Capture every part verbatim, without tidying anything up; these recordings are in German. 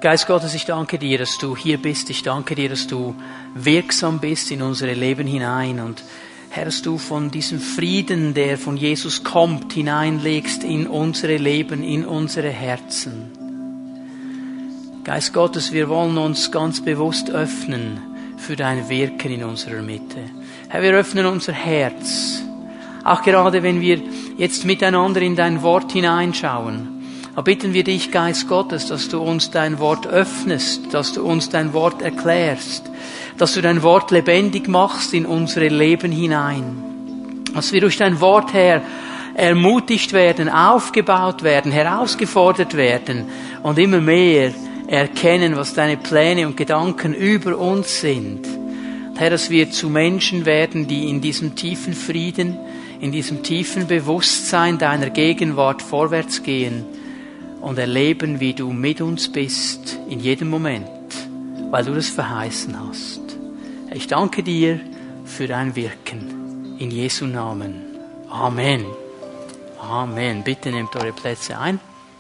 Geist Gottes, ich danke dir, dass du hier bist. Ich danke dir, dass du wirksam bist in unsere Leben hinein. Und Herr, dass du von diesem Frieden, der von Jesus kommt, hineinlegst in unsere Leben, in unsere Herzen. Geist Gottes, wir wollen uns ganz bewusst öffnen für dein Wirken in unserer Mitte. Herr, wir öffnen unser Herz. Auch gerade wenn wir jetzt miteinander in dein Wort hineinschauen. Da bitten wir dich, Geist Gottes, dass du uns dein Wort öffnest, dass du uns dein Wort erklärst, dass du dein Wort lebendig machst in unsere Leben hinein. Dass wir durch dein Wort, Herr, ermutigt werden, aufgebaut werden, herausgefordert werden und immer mehr erkennen, was deine Pläne und Gedanken über uns sind. Herr, dass wir zu Menschen werden, die in diesem tiefen Frieden, in diesem tiefen Bewusstsein deiner Gegenwart vorwärts gehen und erleben, wie du mit uns bist in jedem Moment, weil du das verheißen hast. Ich danke dir für dein Wirken. In Jesu Namen. Amen. Amen. Bitte nehmt eure Plätze ein.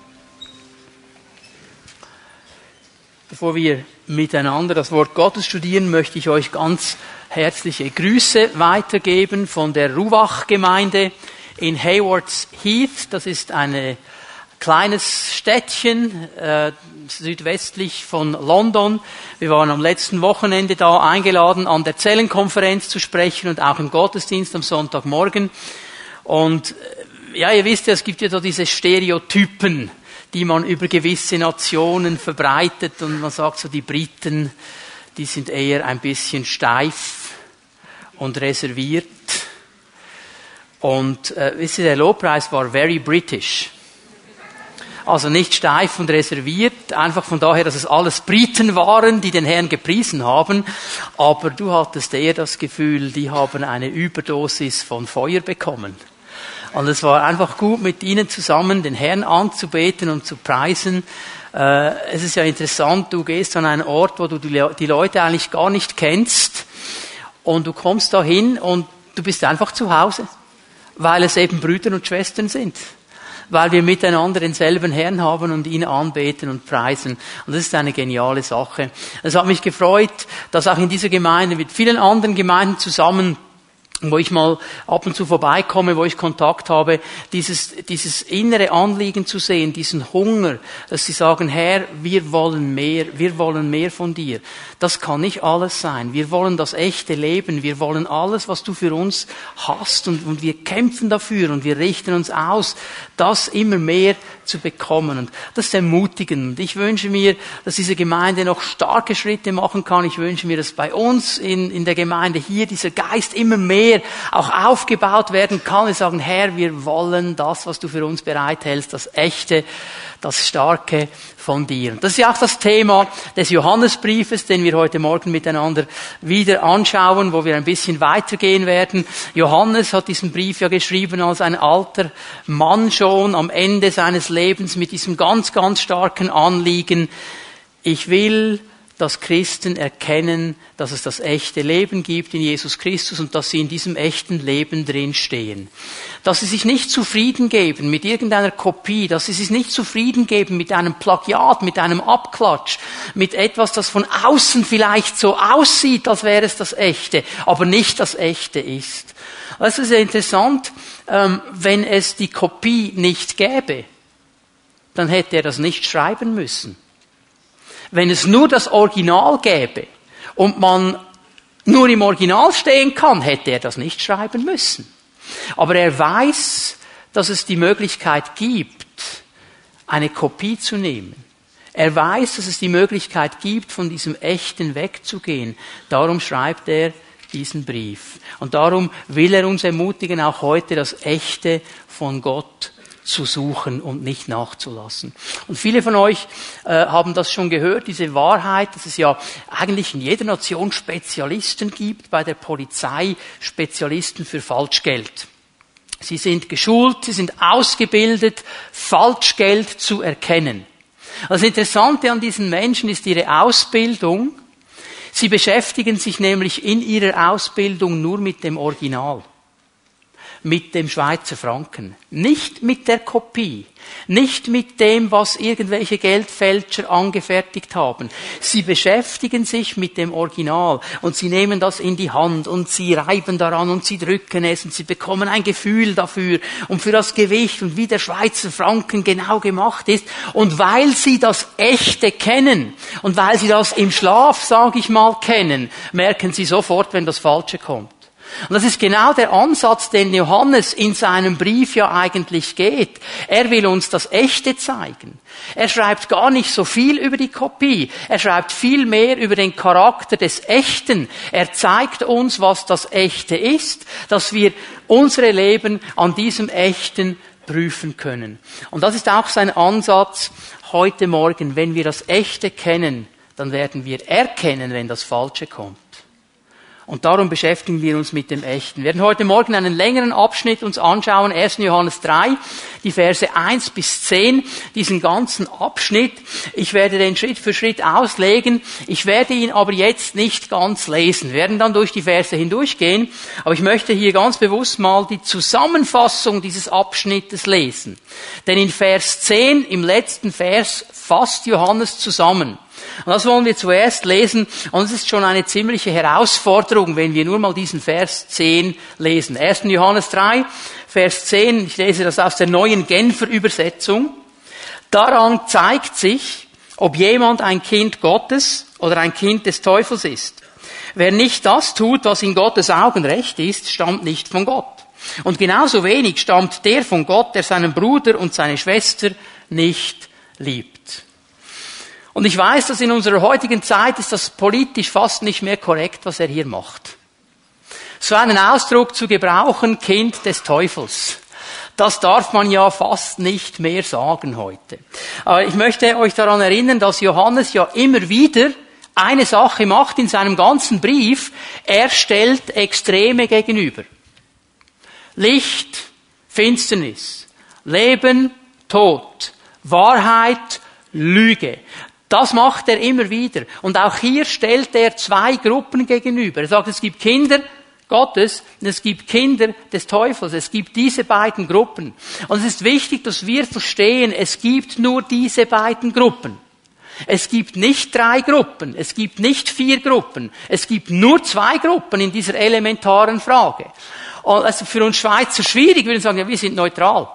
Bevor wir miteinander das Wort Gottes studieren, möchte ich euch ganz herzliche Grüße weitergeben von der Ruach-Gemeinde in Haywards Heath. Das ist ein kleines Städtchen äh, südwestlich von London. Wir waren am letzten Wochenende da eingeladen, an der Zellenkonferenz zu sprechen und auch im Gottesdienst am Sonntagmorgen. Und ja, ihr wisst ja, es gibt ja so diese Stereotypen, die man über gewisse Nationen verbreitet, und man sagt so, die Briten, die sind eher ein bisschen steif und reserviert. Und äh, wisst ihr, der Lobpreis war very British. Also nicht steif und reserviert, einfach von daher, dass es alles Briten waren, die den Herrn gepriesen haben. Aber du hattest eher das Gefühl, die haben eine Überdosis von Feuer bekommen. Und es war einfach gut, mit ihnen zusammen den Herrn anzubeten und zu preisen. Äh, es ist ja interessant, du gehst an einen Ort, wo du die, Le- die Leute eigentlich gar nicht kennst. Und du kommst dahin und du bist einfach zu Hause, weil es eben Brüder und Schwestern sind. Weil wir miteinander denselben Herrn haben und ihn anbeten und preisen. Und das ist eine geniale Sache. Es hat mich gefreut, dass auch in dieser Gemeinde mit vielen anderen Gemeinden zusammen, wo ich mal ab und zu vorbeikomme, wo ich Kontakt habe, dieses, dieses innere Anliegen zu sehen, diesen Hunger, dass sie sagen, Herr, wir wollen mehr, wir wollen mehr von dir. Das kann nicht alles sein. Wir wollen das echte Leben. Wir wollen alles, was du für uns hast, und, und wir kämpfen dafür und wir richten uns aus, das immer mehr zu bekommen. Und das ist ermutigend. Und ich wünsche mir, dass diese Gemeinde noch starke Schritte machen kann. Ich wünsche mir, dass bei uns in, in der Gemeinde hier dieser Geist immer mehr auch aufgebaut werden kann. Wir sagen, Herr, wir wollen das, was du für uns bereithältst, das Echte, das Starke von dir. Und das ist ja auch das Thema des Johannesbriefes, den wir heute Morgen miteinander wieder anschauen, wo wir ein bisschen weitergehen werden. Johannes hat diesen Brief ja geschrieben als ein alter Mann schon am Ende seines Lebens mit diesem ganz, ganz starken Anliegen. Ich will, dass Christen erkennen, dass es das echte Leben gibt in Jesus Christus und dass sie in diesem echten Leben drin stehen. Dass sie sich nicht zufrieden geben mit irgendeiner Kopie, dass sie sich nicht zufrieden geben mit einem Plagiat, mit einem Abklatsch, mit etwas, das von außen vielleicht so aussieht, als wäre es das Echte, aber nicht das Echte ist. Das ist ja interessant, wenn es die Kopie nicht gäbe, dann hätte er das nicht schreiben müssen. Wenn es nur das Original gäbe und man nur im Original stehen kann, hätte er das nicht schreiben müssen. Aber er weiß, dass es die Möglichkeit gibt, eine Kopie zu nehmen. Er weiß, dass es die Möglichkeit gibt, von diesem Echten wegzugehen. Darum schreibt er diesen Brief. Und darum will er uns ermutigen, auch heute das Echte von Gott zu suchen und nicht nachzulassen. Und viele von euch äh, haben das schon gehört, diese Wahrheit, dass es ja eigentlich in jeder Nation Spezialisten gibt, bei der Polizei Spezialisten für Falschgeld. Sie sind geschult, sie sind ausgebildet, Falschgeld zu erkennen. Das Interessante an diesen Menschen ist ihre Ausbildung. Sie beschäftigen sich nämlich in ihrer Ausbildung nur mit dem Original. mit dem Schweizer Franken. Nicht mit der Kopie. Nicht mit dem, was irgendwelche Geldfälscher angefertigt haben. Sie beschäftigen sich mit dem Original und sie nehmen das in die Hand und sie reiben daran und sie drücken es und sie bekommen ein Gefühl dafür und für das Gewicht und wie der Schweizer Franken genau gemacht ist. Und weil sie das Echte kennen und weil sie das im Schlaf, sage ich mal, kennen, merken sie sofort, wenn das Falsche kommt. Und das ist genau der Ansatz, den Johannes in seinem Brief ja eigentlich geht. Er will uns das Echte zeigen. Er schreibt gar nicht so viel über die Kopie. Er schreibt viel mehr über den Charakter des Echten. Er zeigt uns, was das Echte ist, dass wir unsere Leben an diesem Echten prüfen können. Und das ist auch sein Ansatz heute Morgen. Wenn wir das Echte kennen, dann werden wir erkennen, wenn das Falsche kommt. Und darum beschäftigen wir uns mit dem Echten. Wir werden heute Morgen einen längeren Abschnitt uns anschauen, erster Johannes drei, die Verse eins bis zehn, diesen ganzen Abschnitt. Ich werde den Schritt für Schritt auslegen. Ich werde ihn aber jetzt nicht ganz lesen. Wir werden dann durch die Verse hindurchgehen. Aber ich möchte hier ganz bewusst mal die Zusammenfassung dieses Abschnittes lesen. Denn in Vers zehn, im letzten Vers, fasst Johannes zusammen. Und das wollen wir zuerst lesen. Und es ist schon eine ziemliche Herausforderung, wenn wir nur mal diesen Vers zehn lesen. erster Johannes drei, Vers zehn. Ich lese das aus der neuen Genfer Übersetzung. Daran zeigt sich, ob jemand ein Kind Gottes oder ein Kind des Teufels ist. Wer nicht das tut, was in Gottes Augen recht ist, stammt nicht von Gott. Und genauso wenig stammt der von Gott, der seinen Bruder und seine Schwester nicht liebt. Und ich weiß, dass in unserer heutigen Zeit ist das politisch fast nicht mehr korrekt, was er hier macht. So einen Ausdruck zu gebrauchen, Kind des Teufels. Das darf man ja fast nicht mehr sagen heute. Aber ich möchte euch daran erinnern, dass Johannes ja immer wieder eine Sache macht in seinem ganzen Brief. Er stellt Extreme gegenüber. Licht, Finsternis, Leben, Tod, Wahrheit, Lüge. Das macht er immer wieder. Und auch hier stellt er zwei Gruppen gegenüber. Er sagt, es gibt Kinder Gottes und es gibt Kinder des Teufels. Es gibt diese beiden Gruppen. Und es ist wichtig, dass wir verstehen, es gibt nur diese beiden Gruppen. Es gibt nicht drei Gruppen, es gibt nicht vier Gruppen. Es gibt nur zwei Gruppen in dieser elementaren Frage. Und also für uns Schweizer schwierig, wir sagen, ja, wir sind neutral.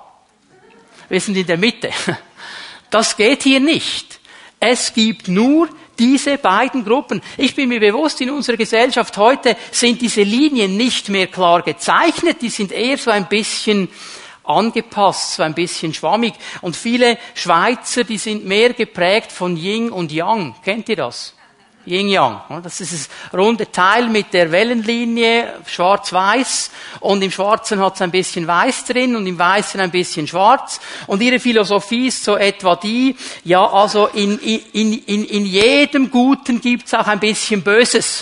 Wir sind in der Mitte. Das geht hier nicht. Es gibt nur diese beiden Gruppen. Ich bin mir bewusst, in unserer Gesellschaft heute sind diese Linien nicht mehr klar gezeichnet. Die sind eher so ein bisschen angepasst, so ein bisschen schwammig. Und viele Schweizer, die sind mehr geprägt von Yin und Yang. Kennt ihr das? Yin-Yang. Das ist das runde Teil mit der Wellenlinie, schwarz-weiß. Und im Schwarzen hat es ein bisschen Weiß drin und im Weißen ein bisschen Schwarz. Und ihre Philosophie ist so etwa die, ja, also in, in, in, in jedem Guten gibt's auch ein bisschen Böses.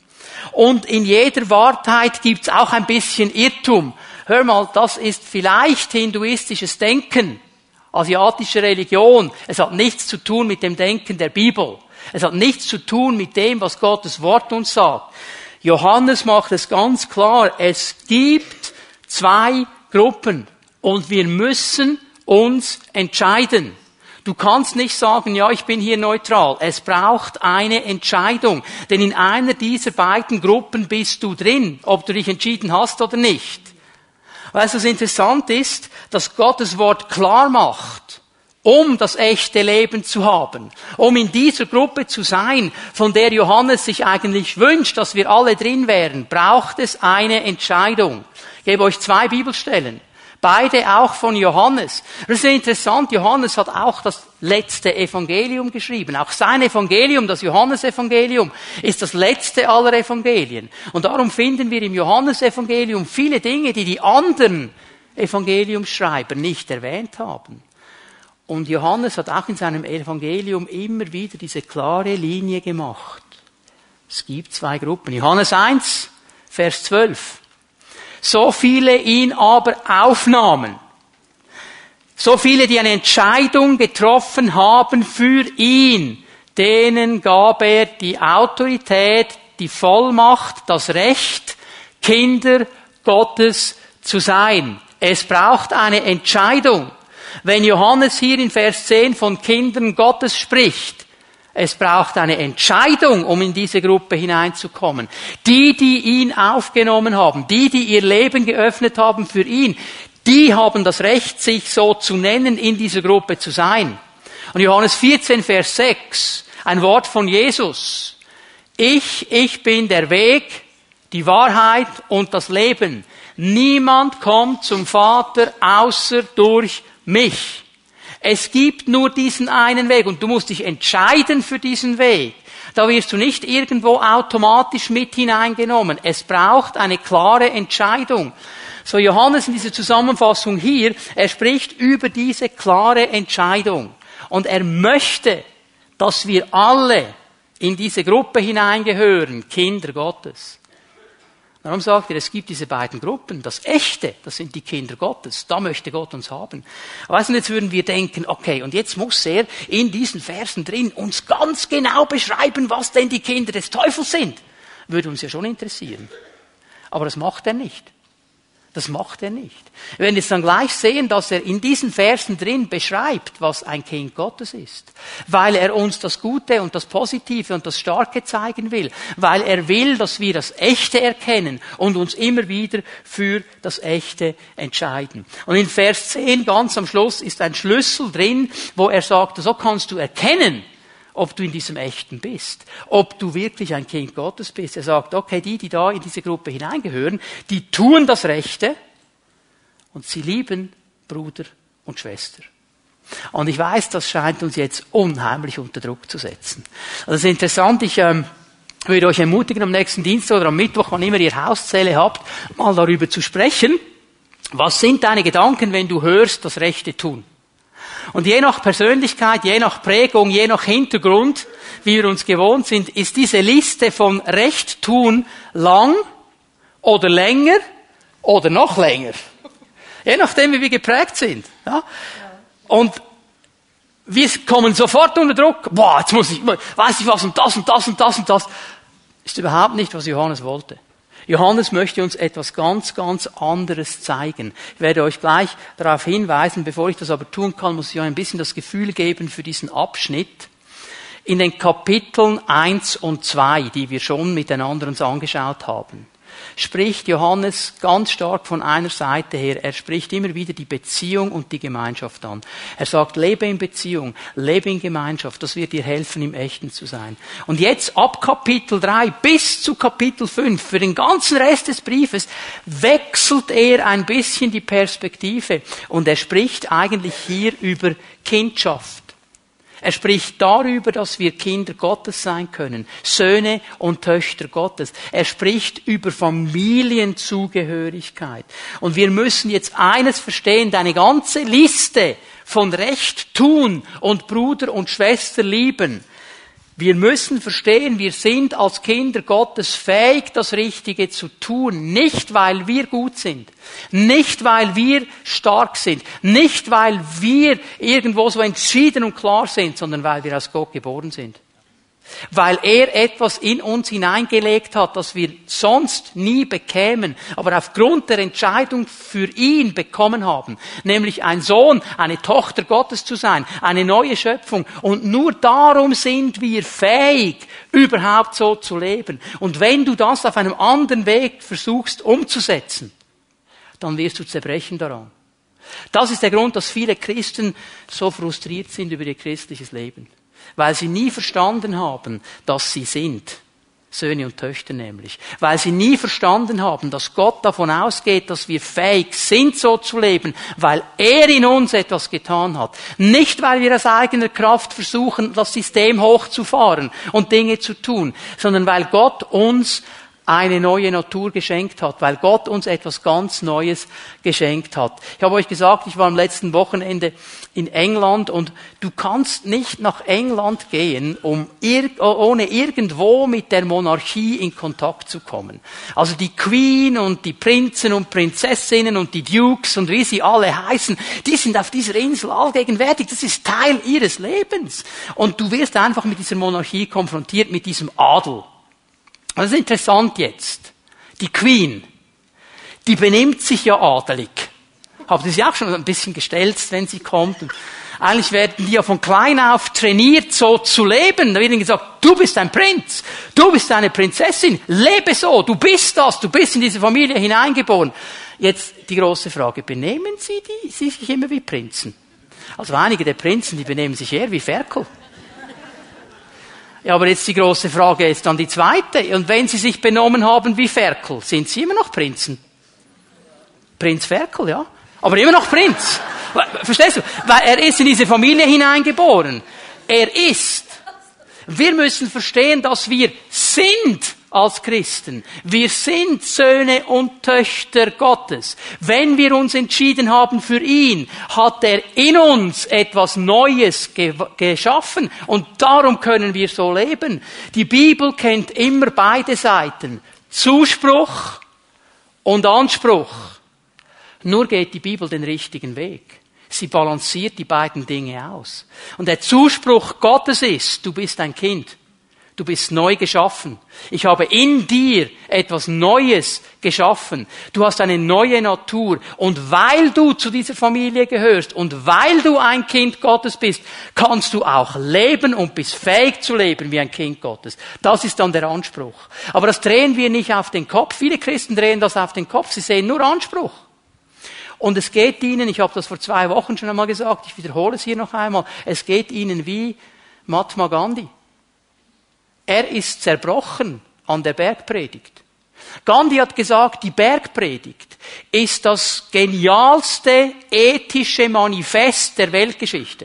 Und in jeder Wahrheit gibt's auch ein bisschen Irrtum. Hör mal, das ist vielleicht hinduistisches Denken, asiatische Religion. Es hat nichts zu tun mit dem Denken der Bibel. Es hat nichts zu tun mit dem, was Gottes Wort uns sagt. Johannes macht es ganz klar, es gibt zwei Gruppen und wir müssen uns entscheiden. Du kannst nicht sagen, ja, ich bin hier neutral. Es braucht eine Entscheidung, denn in einer dieser beiden Gruppen bist du drin, ob du dich entschieden hast oder nicht. Weißt du, was interessant ist, dass Gottes Wort klar macht, um das echte Leben zu haben, um in dieser Gruppe zu sein, von der Johannes sich eigentlich wünscht, dass wir alle drin wären, braucht es eine Entscheidung. Ich gebe euch zwei Bibelstellen, beide auch von Johannes. Das ist interessant, Johannes hat auch das letzte Evangelium geschrieben. Auch sein Evangelium, das Johannesevangelium, ist das letzte aller Evangelien. Und darum finden wir im Johannesevangelium viele Dinge, die die anderen Evangeliumsschreiber nicht erwähnt haben. Und Johannes hat auch in seinem Evangelium immer wieder diese klare Linie gemacht. Es gibt zwei Gruppen. Johannes eins, Vers zwölf. So viele ihn aber aufnahmen. So viele, die eine Entscheidung getroffen haben für ihn. Denen gab er die Autorität, die Vollmacht, das Recht, Kinder Gottes zu sein. Es braucht eine Entscheidung. Wenn Johannes hier in Vers zehn von Kindern Gottes spricht, es braucht eine Entscheidung, um in diese Gruppe hineinzukommen. Die, die ihn aufgenommen haben, die, die ihr Leben geöffnet haben für ihn, die haben das Recht, sich so zu nennen, in dieser Gruppe zu sein. Und Johannes vierzehn, Vers sechs, ein Wort von Jesus. Ich, ich bin der Weg, die Wahrheit und das Leben. Niemand kommt zum Vater außer durch mich. Es gibt nur diesen einen Weg und du musst dich entscheiden für diesen Weg. Da wirst du nicht irgendwo automatisch mit hineingenommen. Es braucht eine klare Entscheidung. So Johannes in dieser Zusammenfassung hier, er spricht über diese klare Entscheidung. Und er möchte, dass wir alle in diese Gruppe hineingehören, Kinder Gottes. Darum sagt er, es gibt diese beiden Gruppen. Das Echte, das sind die Kinder Gottes. Da möchte Gott uns haben. Weißt du, jetzt würden wir denken, okay, und jetzt muss er in diesen Versen drin uns ganz genau beschreiben, was denn die Kinder des Teufels sind. Würde uns ja schon interessieren. Aber das macht er nicht. Das macht er nicht. Wir werden jetzt dann gleich sehen, dass er in diesen Versen drin beschreibt, was ein Kind Gottes ist. Weil er uns das Gute und das Positive und das Starke zeigen will. Weil er will, dass wir das Echte erkennen und uns immer wieder für das Echte entscheiden. Und in Vers zehn ganz am Schluss ist ein Schlüssel drin, wo er sagt, so kannst du erkennen, ob du in diesem Echten bist, ob du wirklich ein Kind Gottes bist. Er sagt, okay, die, die da in diese Gruppe hineingehören, die tun das Rechte und sie lieben Bruder und Schwester. Und ich weiß, das scheint uns jetzt unheimlich unter Druck zu setzen. Also das ist interessant, ich ähm, würde euch ermutigen, am nächsten Dienstag oder am Mittwoch, wann immer ihr Hauszelle habt, mal darüber zu sprechen. Was sind deine Gedanken, wenn du hörst, das Rechte tun? Und je nach Persönlichkeit, je nach Prägung, je nach Hintergrund, wie wir uns gewohnt sind, ist diese Liste von Recht tun lang oder länger oder noch länger. Je nachdem, wie wir geprägt sind. Ja? Und wir kommen sofort unter Druck. Boah, jetzt muss ich, weiß ich was und das und das und das und das. Ist überhaupt nicht, was Johannes wollte. Johannes möchte uns etwas ganz, ganz anderes zeigen. Ich werde euch gleich darauf hinweisen. Bevor ich das aber tun kann, muss ich euch ein bisschen das Gefühl geben für diesen Abschnitt. In den Kapiteln eins und zwei, die wir schon miteinander uns angeschaut haben, spricht Johannes ganz stark von einer Seite her. Er spricht immer wieder die Beziehung und die Gemeinschaft an. Er sagt, lebe in Beziehung, lebe in Gemeinschaft. Das wird dir helfen, im Echten zu sein. Und jetzt ab Kapitel drei bis zu Kapitel fünf, für den ganzen Rest des Briefes, wechselt er ein bisschen die Perspektive. Und er spricht eigentlich hier über Kindschaft. Er spricht darüber, dass wir Kinder Gottes sein können, Söhne und Töchter Gottes. Er spricht über Familienzugehörigkeit. Und wir müssen jetzt eines verstehen, deine ganze Liste von Recht tun und Bruder und Schwester lieben. Wir müssen verstehen, wir sind als Kinder Gottes fähig, das Richtige zu tun. Nicht, weil wir gut sind. Nicht, weil wir stark sind. Nicht, weil wir irgendwo so entschieden und klar sind, sondern weil wir aus Gott geboren sind. Weil er etwas in uns hineingelegt hat, das wir sonst nie bekämen, aber aufgrund der Entscheidung für ihn bekommen haben. Nämlich ein Sohn, eine Tochter Gottes zu sein, eine neue Schöpfung. Und nur darum sind wir fähig, überhaupt so zu leben. Und wenn du das auf einem anderen Weg versuchst umzusetzen, dann wirst du zerbrechen daran. Das ist der Grund, dass viele Christen so frustriert sind über ihr christliches Leben. Weil sie nie verstanden haben, dass sie sind. Söhne und Töchter nämlich. Weil sie nie verstanden haben, dass Gott davon ausgeht, dass wir fähig sind, so zu leben, weil er in uns etwas getan hat. Nicht, weil wir aus eigener Kraft versuchen, das System hochzufahren und Dinge zu tun, sondern weil Gott uns eine neue Natur geschenkt hat, weil Gott uns etwas ganz Neues geschenkt hat. Ich habe euch gesagt, ich war am letzten Wochenende in England und du kannst nicht nach England gehen, um ir- ohne irgendwo mit der Monarchie in Kontakt zu kommen. Also die Queen und die Prinzen und Prinzessinnen und die Dukes und wie sie alle heißen, die sind auf dieser Insel allgegenwärtig. Das ist Teil ihres Lebens. Und du wirst einfach mit dieser Monarchie konfrontiert, mit diesem Adel. Das ist interessant jetzt. Die Queen, die benimmt sich ja adelig. Habt ihr sie auch schon ein bisschen gestelzt, wenn sie kommt? Und eigentlich werden die ja von klein auf trainiert, so zu leben. Da wird ihnen gesagt, du bist ein Prinz, du bist eine Prinzessin, lebe so, du bist das, du bist in diese Familie hineingeboren. Jetzt die große Frage, benehmen sie die, sie sich immer wie Prinzen? Also einige der Prinzen, die benehmen sich eher wie Ferkel. Ja, aber jetzt die große Frage ist dann die zweite. Und wenn sie sich benommen haben wie Ferkel, sind sie immer noch Prinzen? Prinz Ferkel, ja. Aber immer noch Prinz. Verstehst du? Weil er ist in diese Familie hineingeboren. Er ist. Wir müssen verstehen, dass wir sind als Christen. Wir sind Söhne und Töchter Gottes. Wenn wir uns entschieden haben für ihn, hat er in uns etwas Neues ge- geschaffen. Und darum können wir so leben. Die Bibel kennt immer beide Seiten. Zuspruch und Anspruch. Nur geht die Bibel den richtigen Weg. Sie balanciert die beiden Dinge aus. Und der Zuspruch Gottes ist, du bist ein Kind. Du bist neu geschaffen. Ich habe in dir etwas Neues geschaffen. Du hast eine neue Natur. Und weil du zu dieser Familie gehörst und weil du ein Kind Gottes bist, kannst du auch leben und bist fähig zu leben wie ein Kind Gottes. Das ist dann der Anspruch. Aber das drehen wir nicht auf den Kopf. Viele Christen drehen das auf den Kopf. Sie sehen nur Anspruch. Und es geht ihnen, ich habe das vor zwei Wochen schon einmal gesagt, ich wiederhole es hier noch einmal, es geht ihnen wie Mahatma Gandhi. Er ist zerbrochen an der Bergpredigt. Gandhi hat gesagt, die Bergpredigt ist das genialste ethische Manifest der Weltgeschichte.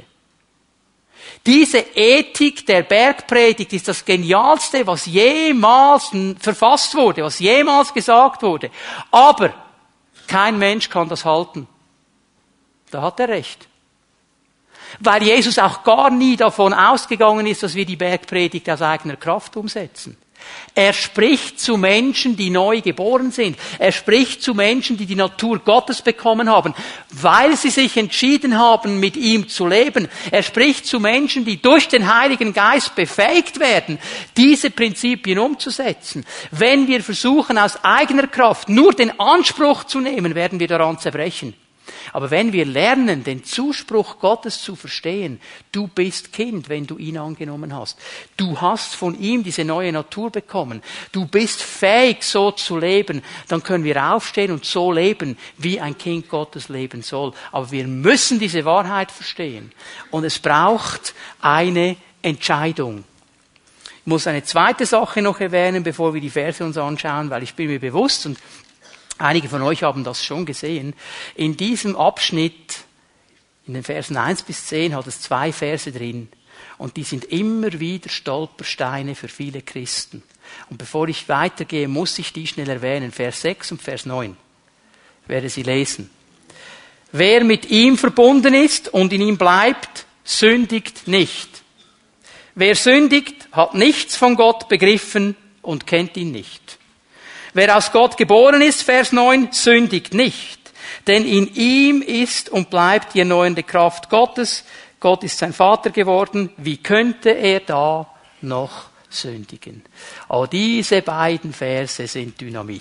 Diese Ethik der Bergpredigt ist das genialste, was jemals verfasst wurde, was jemals gesagt wurde. Aber kein Mensch kann das halten. Da hat er recht. Weil Jesus auch gar nie davon ausgegangen ist, dass wir die Bergpredigt aus eigener Kraft umsetzen. Er spricht zu Menschen, die neu geboren sind. Er spricht zu Menschen, die die Natur Gottes bekommen haben, weil sie sich entschieden haben, mit ihm zu leben. Er spricht zu Menschen, die durch den Heiligen Geist befähigt werden, diese Prinzipien umzusetzen. Wenn wir versuchen, aus eigener Kraft nur den Anspruch zu nehmen, werden wir daran zerbrechen. Aber wenn wir lernen, den Zuspruch Gottes zu verstehen, du bist Kind, wenn du ihn angenommen hast. Du hast von ihm diese neue Natur bekommen. Du bist fähig, so zu leben. Dann können wir aufstehen und so leben, wie ein Kind Gottes leben soll. Aber wir müssen diese Wahrheit verstehen. Und es braucht eine Entscheidung. Ich muss eine zweite Sache noch erwähnen, bevor wir die Verse uns anschauen, weil ich bin mir bewusst und einige von euch haben das schon gesehen. In diesem Abschnitt, in den Versen eins bis zehn, hat es zwei Verse drin. Und die sind immer wieder Stolpersteine für viele Christen. Und bevor ich weitergehe, muss ich die schnell erwähnen. Vers sechs und Vers neun. Ich werde sie lesen. Wer mit ihm verbunden ist und in ihm bleibt, sündigt nicht. Wer sündigt, hat nichts von Gott begriffen und kennt ihn nicht. Wer aus Gott geboren ist, Vers neun, sündigt nicht. Denn in ihm ist und bleibt die erneuernde Kraft Gottes. Gott ist sein Vater geworden. Wie könnte er da noch sündigen? Auch diese beiden Verse sind Dynamit.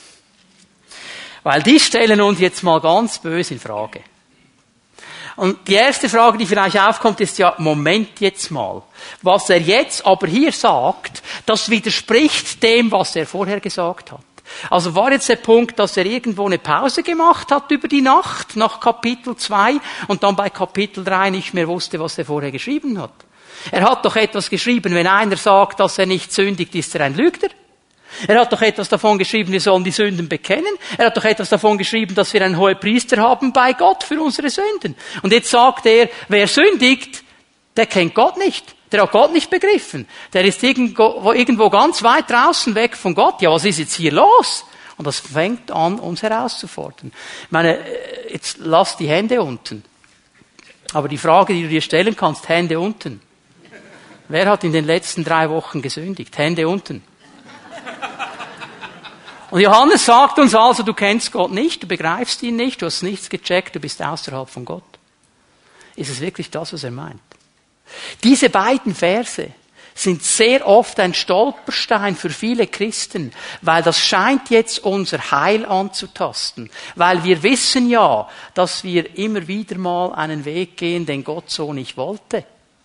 Weil die stellen uns jetzt mal ganz böse in Frage. Und die erste Frage, die vielleicht aufkommt, ist ja, Moment jetzt mal. Was er jetzt aber hier sagt, das widerspricht dem, was er vorher gesagt hat. Also war jetzt der Punkt, dass er irgendwo eine Pause gemacht hat über die Nacht, nach Kapitel zwei, und dann bei Kapitel drei nicht mehr wusste, was er vorher geschrieben hat. Er hat doch etwas geschrieben, wenn einer sagt, dass er nicht sündigt, ist er ein Lügner. Er hat doch etwas davon geschrieben, wir sollen die Sünden bekennen. Er hat doch etwas davon geschrieben, dass wir einen Hohepriester haben bei Gott für unsere Sünden. Und jetzt sagt er, wer sündigt, der kennt Gott nicht. Der hat Gott nicht begriffen. Der ist irgendwo, irgendwo ganz weit draußen weg von Gott. Ja, was ist jetzt hier los? Und das fängt an, uns herauszufordern. Ich meine, jetzt lass die Hände unten. Aber die Frage, die du dir stellen kannst, Hände unten. Wer hat in den letzten drei Wochen gesündigt? Hände unten. Und Johannes sagt uns also, du kennst Gott nicht, du begreifst ihn nicht, du hast nichts gecheckt, du bist außerhalb von Gott. Ist es wirklich das, was er meint? Diese beiden Verse sind sehr oft ein Stolperstein für viele Christen, weil das scheint jetzt unser Heil anzutasten. Weil wir wissen ja, dass wir immer wieder mal einen Weg gehen, den Gott so nicht wollte.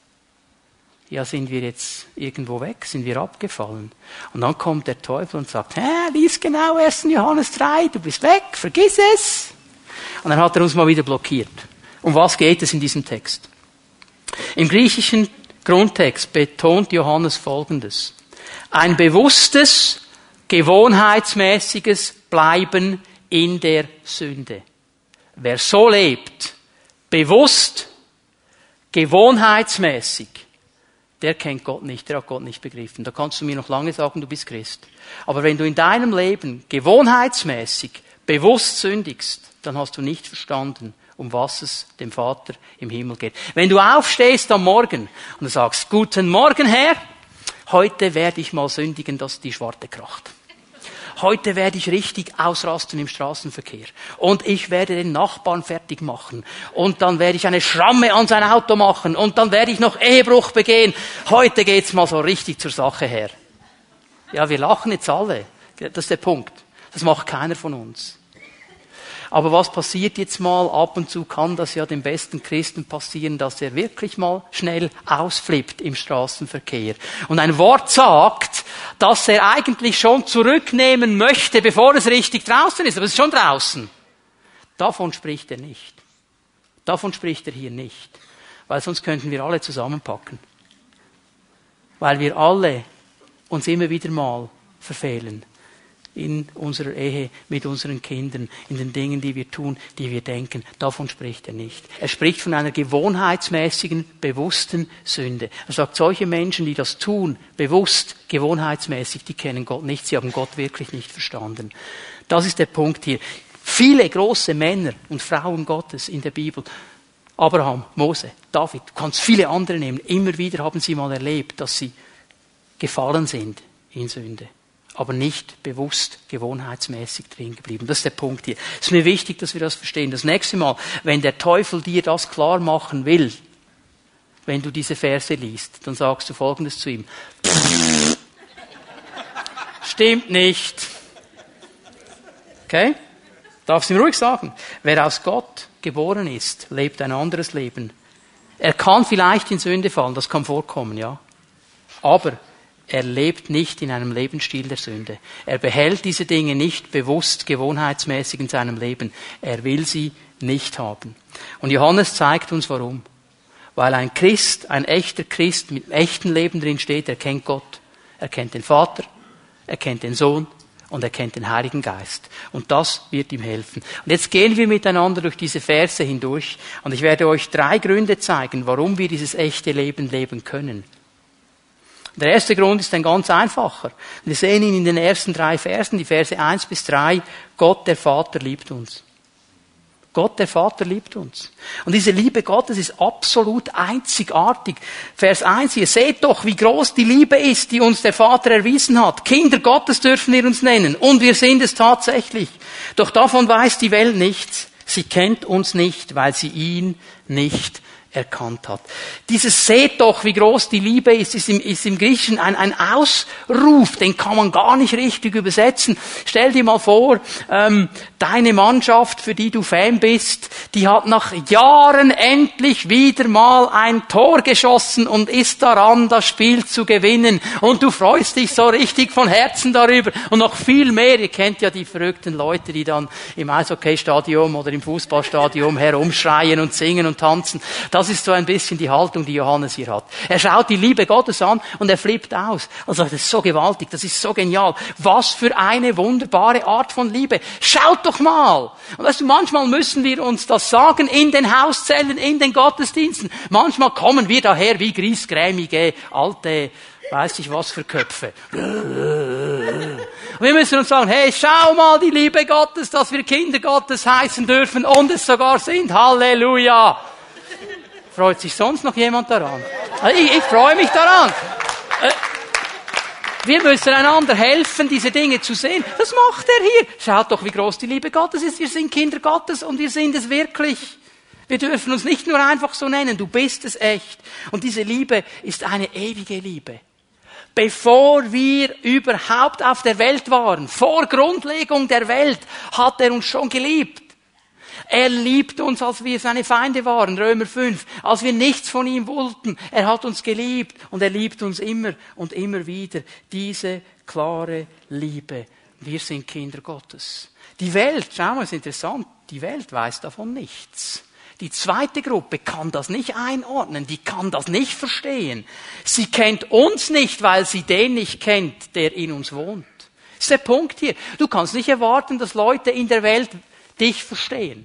Ja, sind wir jetzt irgendwo weg? Sind wir abgefallen? Und dann kommt der Teufel und sagt, hä, lies genau ersten Johannes drei, du bist weg, vergiss es. Und dann hat er uns mal wieder blockiert. Um was geht es in diesem Text? Im griechischen Grundtext betont Johannes Folgendes. Ein bewusstes, gewohnheitsmäßiges Bleiben in der Sünde. Wer so lebt, bewusst, gewohnheitsmäßig, der kennt Gott nicht, der hat Gott nicht begriffen. Da kannst du mir noch lange sagen, du bist Christ. Aber wenn du in deinem Leben gewohnheitsmäßig, bewusst sündigst, dann hast du nicht verstanden, um was es dem Vater im Himmel geht. Wenn du aufstehst am Morgen und du sagst, guten Morgen Herr, heute werde ich mal sündigen, dass die Schwarte kracht. Heute werde ich richtig ausrasten im Straßenverkehr. Und ich werde den Nachbarn fertig machen. Und dann werde ich eine Schramme an sein Auto machen. Und dann werde ich noch Ehebruch begehen. Heute geht's mal so richtig zur Sache her. Ja, wir lachen jetzt alle. Das ist der Punkt. Das macht keiner von uns. Aber was passiert jetzt mal? Ab und zu kann das ja dem besten Christen passieren, dass er wirklich mal schnell ausflippt im Straßenverkehr. Und ein Wort sagt, dass er eigentlich schon zurücknehmen möchte, bevor es richtig draußen ist. Aber es ist schon draußen. Davon spricht er nicht. Davon spricht er hier nicht. Weil sonst könnten wir alle zusammenpacken. Weil wir alle uns immer wieder mal verfehlen. In unserer Ehe, mit unseren Kindern, in den Dingen, die wir tun, die wir denken. Davon spricht er nicht. Er spricht von einer gewohnheitsmäßigen, bewussten Sünde. Er sagt, solche Menschen, die das tun, bewusst, gewohnheitsmäßig, die kennen Gott nicht. Sie haben Gott wirklich nicht verstanden. Das ist der Punkt hier. Viele große Männer und Frauen Gottes in der Bibel, Abraham, Mose, David, du kannst viele andere nehmen. Immer wieder haben sie mal erlebt, dass sie gefallen sind in Sünde. Aber nicht bewusst, gewohnheitsmäßig drin geblieben. Das ist der Punkt hier. Es ist mir wichtig, dass wir das verstehen. Das nächste Mal, wenn der Teufel dir das klar machen will, wenn du diese Verse liest, dann sagst du Folgendes zu ihm. Stimmt nicht. Okay? Darfst du ihm ruhig sagen. Wer aus Gott geboren ist, lebt ein anderes Leben. Er kann vielleicht in Sünde fallen, das kann vorkommen, ja. Aber er lebt nicht in einem Lebensstil der Sünde. Er behält diese Dinge nicht bewusst, gewohnheitsmäßig in seinem Leben. Er will sie nicht haben. Und Johannes zeigt uns warum. Weil ein Christ, ein echter Christ mit einem echten Leben drin steht, er kennt Gott. Er kennt den Vater, er kennt den Sohn und er kennt den Heiligen Geist. Und das wird ihm helfen. Und jetzt gehen wir miteinander durch diese Verse hindurch und ich werde euch drei Gründe zeigen, warum wir dieses echte Leben leben können. Der erste Grund ist ein ganz einfacher. Wir sehen ihn in den ersten drei Versen, die Verse eins bis drei. Gott, der Vater, liebt uns. Gott, der Vater, liebt uns. Und diese Liebe Gottes ist absolut einzigartig. Vers eins, ihr seht doch, wie groß die Liebe ist, die uns der Vater erwiesen hat. Kinder Gottes dürfen wir uns nennen. Und wir sind es tatsächlich. Doch davon weiß die Welt nichts. Sie kennt uns nicht, weil sie ihn nicht erkannt hat. Dieses seht doch, wie groß die Liebe ist, ist im, ist im Griechischen ein, ein Ausruf, den kann man gar nicht richtig übersetzen. Stell dir mal vor, ähm, deine Mannschaft, für die du Fan bist, die hat nach Jahren endlich wieder mal ein Tor geschossen und ist daran, das Spiel zu gewinnen. Und du freust dich so richtig von Herzen darüber. Und noch viel mehr, ihr kennt ja die verrückten Leute, die dann im Eishockeystadion oder im Fußballstadion herumschreien und singen und tanzen. Das ist so ein bisschen die Haltung, die Johannes hier hat. Er schaut die Liebe Gottes an und er flippt aus. Also das ist so gewaltig, das ist so genial. Was für eine wunderbare Art von Liebe. Schaut doch mal. Und weißt du, manchmal müssen wir uns das sagen in den Hauszellen, in den Gottesdiensten. Manchmal kommen wir daher wie griesgrämige, alte, weiß ich was für Köpfe. Wir müssen uns sagen, hey, schau mal die Liebe Gottes, dass wir Kinder Gottes heißen dürfen und es sogar sind. Halleluja. Freut sich sonst noch jemand daran? Ich, ich freue mich daran. Wir müssen einander helfen, diese Dinge zu sehen. Das macht er hier. Schaut doch, wie groß die Liebe Gottes ist. Wir sind Kinder Gottes und wir sind es wirklich. Wir dürfen uns nicht nur einfach so nennen. Du bist es echt. Und diese Liebe ist eine ewige Liebe. Bevor wir überhaupt auf der Welt waren, vor Grundlegung der Welt, hat er uns schon geliebt. Er liebt uns, als wir seine Feinde waren, Römer fünf, als wir nichts von ihm wollten. Er hat uns geliebt und er liebt uns immer und immer wieder. Diese klare Liebe. Wir sind Kinder Gottes. Die Welt, schau mal, ist interessant, die Welt weiß davon nichts. Die zweite Gruppe kann das nicht einordnen, die kann das nicht verstehen. Sie kennt uns nicht, weil sie den nicht kennt, der in uns wohnt. Das ist der Punkt hier. Du kannst nicht erwarten, dass Leute in der Welt dich verstehen.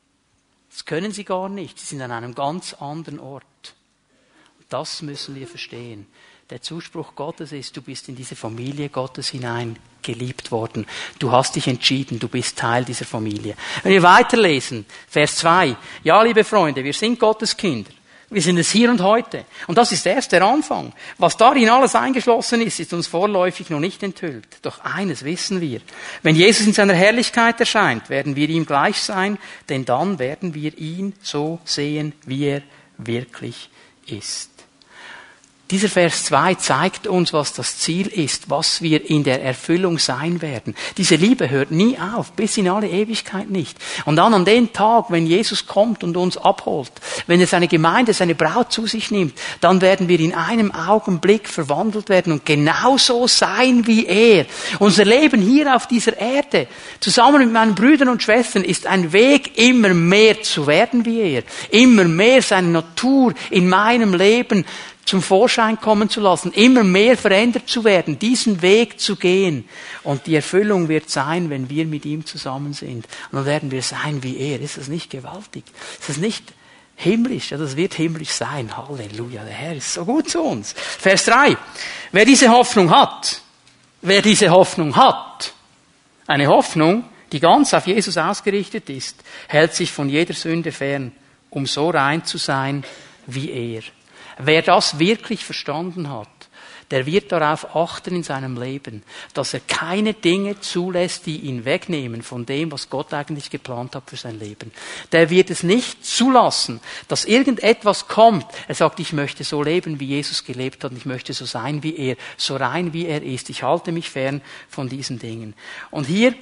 Das können sie gar nicht. Sie sind an einem ganz anderen Ort. Und das müssen wir verstehen. Der Zuspruch Gottes ist, du bist in diese Familie Gottes hinein geliebt worden. Du hast dich entschieden, du bist Teil dieser Familie. Wenn wir weiterlesen, Vers zwei. Ja, liebe Freunde, wir sind Gottes Kinder. Wir sind es hier und heute. Und das ist erst der Anfang. Was darin alles eingeschlossen ist, ist uns vorläufig noch nicht enthüllt. Doch eines wissen wir. Wenn Jesus in seiner Herrlichkeit erscheint, werden wir ihm gleich sein, denn dann werden wir ihn so sehen, wie er wirklich ist. Dieser Vers zwei zeigt uns, was das Ziel ist, was wir in der Erfüllung sein werden. Diese Liebe hört nie auf, bis in alle Ewigkeit nicht. Und dann an den Tag, wenn Jesus kommt und uns abholt, wenn er seine Gemeinde, seine Braut zu sich nimmt, dann werden wir in einem Augenblick verwandelt werden und genauso sein wie er. Unser Leben hier auf dieser Erde, zusammen mit meinen Brüdern und Schwestern, ist ein Weg, immer mehr zu werden wie er. Immer mehr seine Natur in meinem Leben zum Vorschein kommen zu lassen, immer mehr verändert zu werden, diesen Weg zu gehen. Und die Erfüllung wird sein, wenn wir mit ihm zusammen sind. Und dann werden wir sein wie er. Ist das nicht gewaltig? Ist das nicht himmlisch? Ja, das wird himmlisch sein. Halleluja, der Herr ist so gut zu uns. Vers drei. Wer diese Hoffnung hat, wer diese Hoffnung hat, eine Hoffnung, die ganz auf Jesus ausgerichtet ist, hält sich von jeder Sünde fern, um so rein zu sein wie er. Wer das wirklich verstanden hat, der wird darauf achten in seinem Leben, dass er keine Dinge zulässt, die ihn wegnehmen von dem, was Gott eigentlich geplant hat für sein Leben. Der wird es nicht zulassen, dass irgendetwas kommt. Er sagt, ich möchte so leben, wie Jesus gelebt hat, und ich möchte so sein wie er, so rein wie er ist. Ich halte mich fern von diesen Dingen. Und hier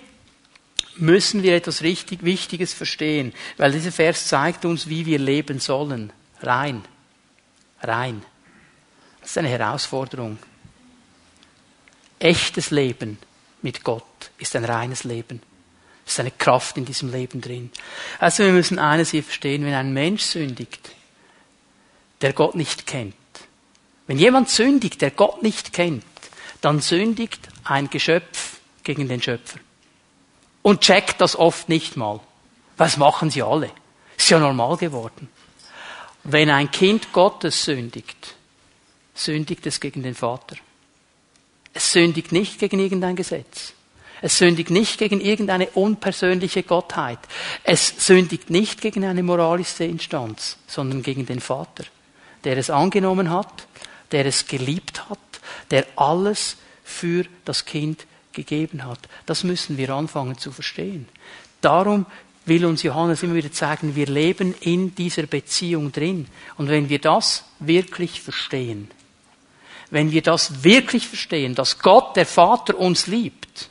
müssen wir etwas richtig Wichtiges verstehen, weil dieser Vers zeigt uns, wie wir leben sollen. Rein. Rein. Das ist eine Herausforderung. Echtes Leben mit Gott ist ein reines Leben. Es ist eine Kraft in diesem Leben drin. Also wir müssen eines hier verstehen, wenn ein Mensch sündigt, der Gott nicht kennt. Wenn jemand sündigt, der Gott nicht kennt, dann sündigt ein Geschöpf gegen den Schöpfer. Und checkt das oft nicht mal. Was machen sie alle? Ist ja normal geworden. Wenn ein Kind Gottes sündigt, sündigt es gegen den Vater. Es sündigt nicht gegen irgendein Gesetz. Es sündigt nicht gegen irgendeine unpersönliche Gottheit. Es sündigt nicht gegen eine moralische Instanz, sondern gegen den Vater, der es angenommen hat, der es geliebt hat, der alles für das Kind gegeben hat. Das müssen wir anfangen zu verstehen. Darum will uns Johannes immer wieder zeigen, wir leben in dieser Beziehung drin. Und wenn wir das wirklich verstehen, wenn wir das wirklich verstehen, dass Gott, der Vater, uns liebt,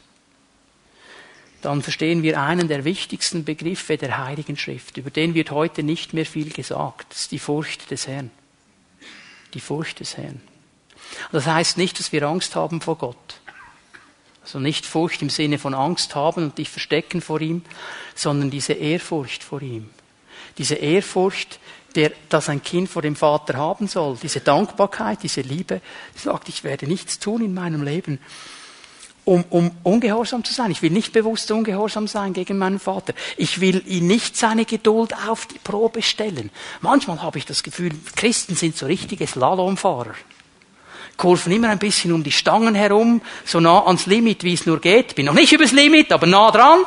dann verstehen wir einen der wichtigsten Begriffe der Heiligen Schrift. Über den wird heute nicht mehr viel gesagt. Das ist die Furcht des Herrn. Die Furcht des Herrn. Das heißt nicht, dass wir Angst haben vor Gott. Also nicht Furcht im Sinne von Angst haben und dich verstecken vor ihm, sondern diese Ehrfurcht vor ihm. Diese Ehrfurcht, der, dass ein Kind vor dem Vater haben soll. Diese Dankbarkeit, diese Liebe. Sagt, ich werde nichts tun in meinem Leben, um, um ungehorsam zu sein. Ich will nicht bewusst ungehorsam sein gegen meinen Vater. Ich will ihn nicht seine Geduld auf die Probe stellen. Manchmal habe ich das Gefühl, Christen sind so richtige Slalomfahrer. Kurven immer ein bisschen um die Stangen herum, so nah ans Limit, wie es nur geht. Bin noch nicht übers Limit, aber nah dran.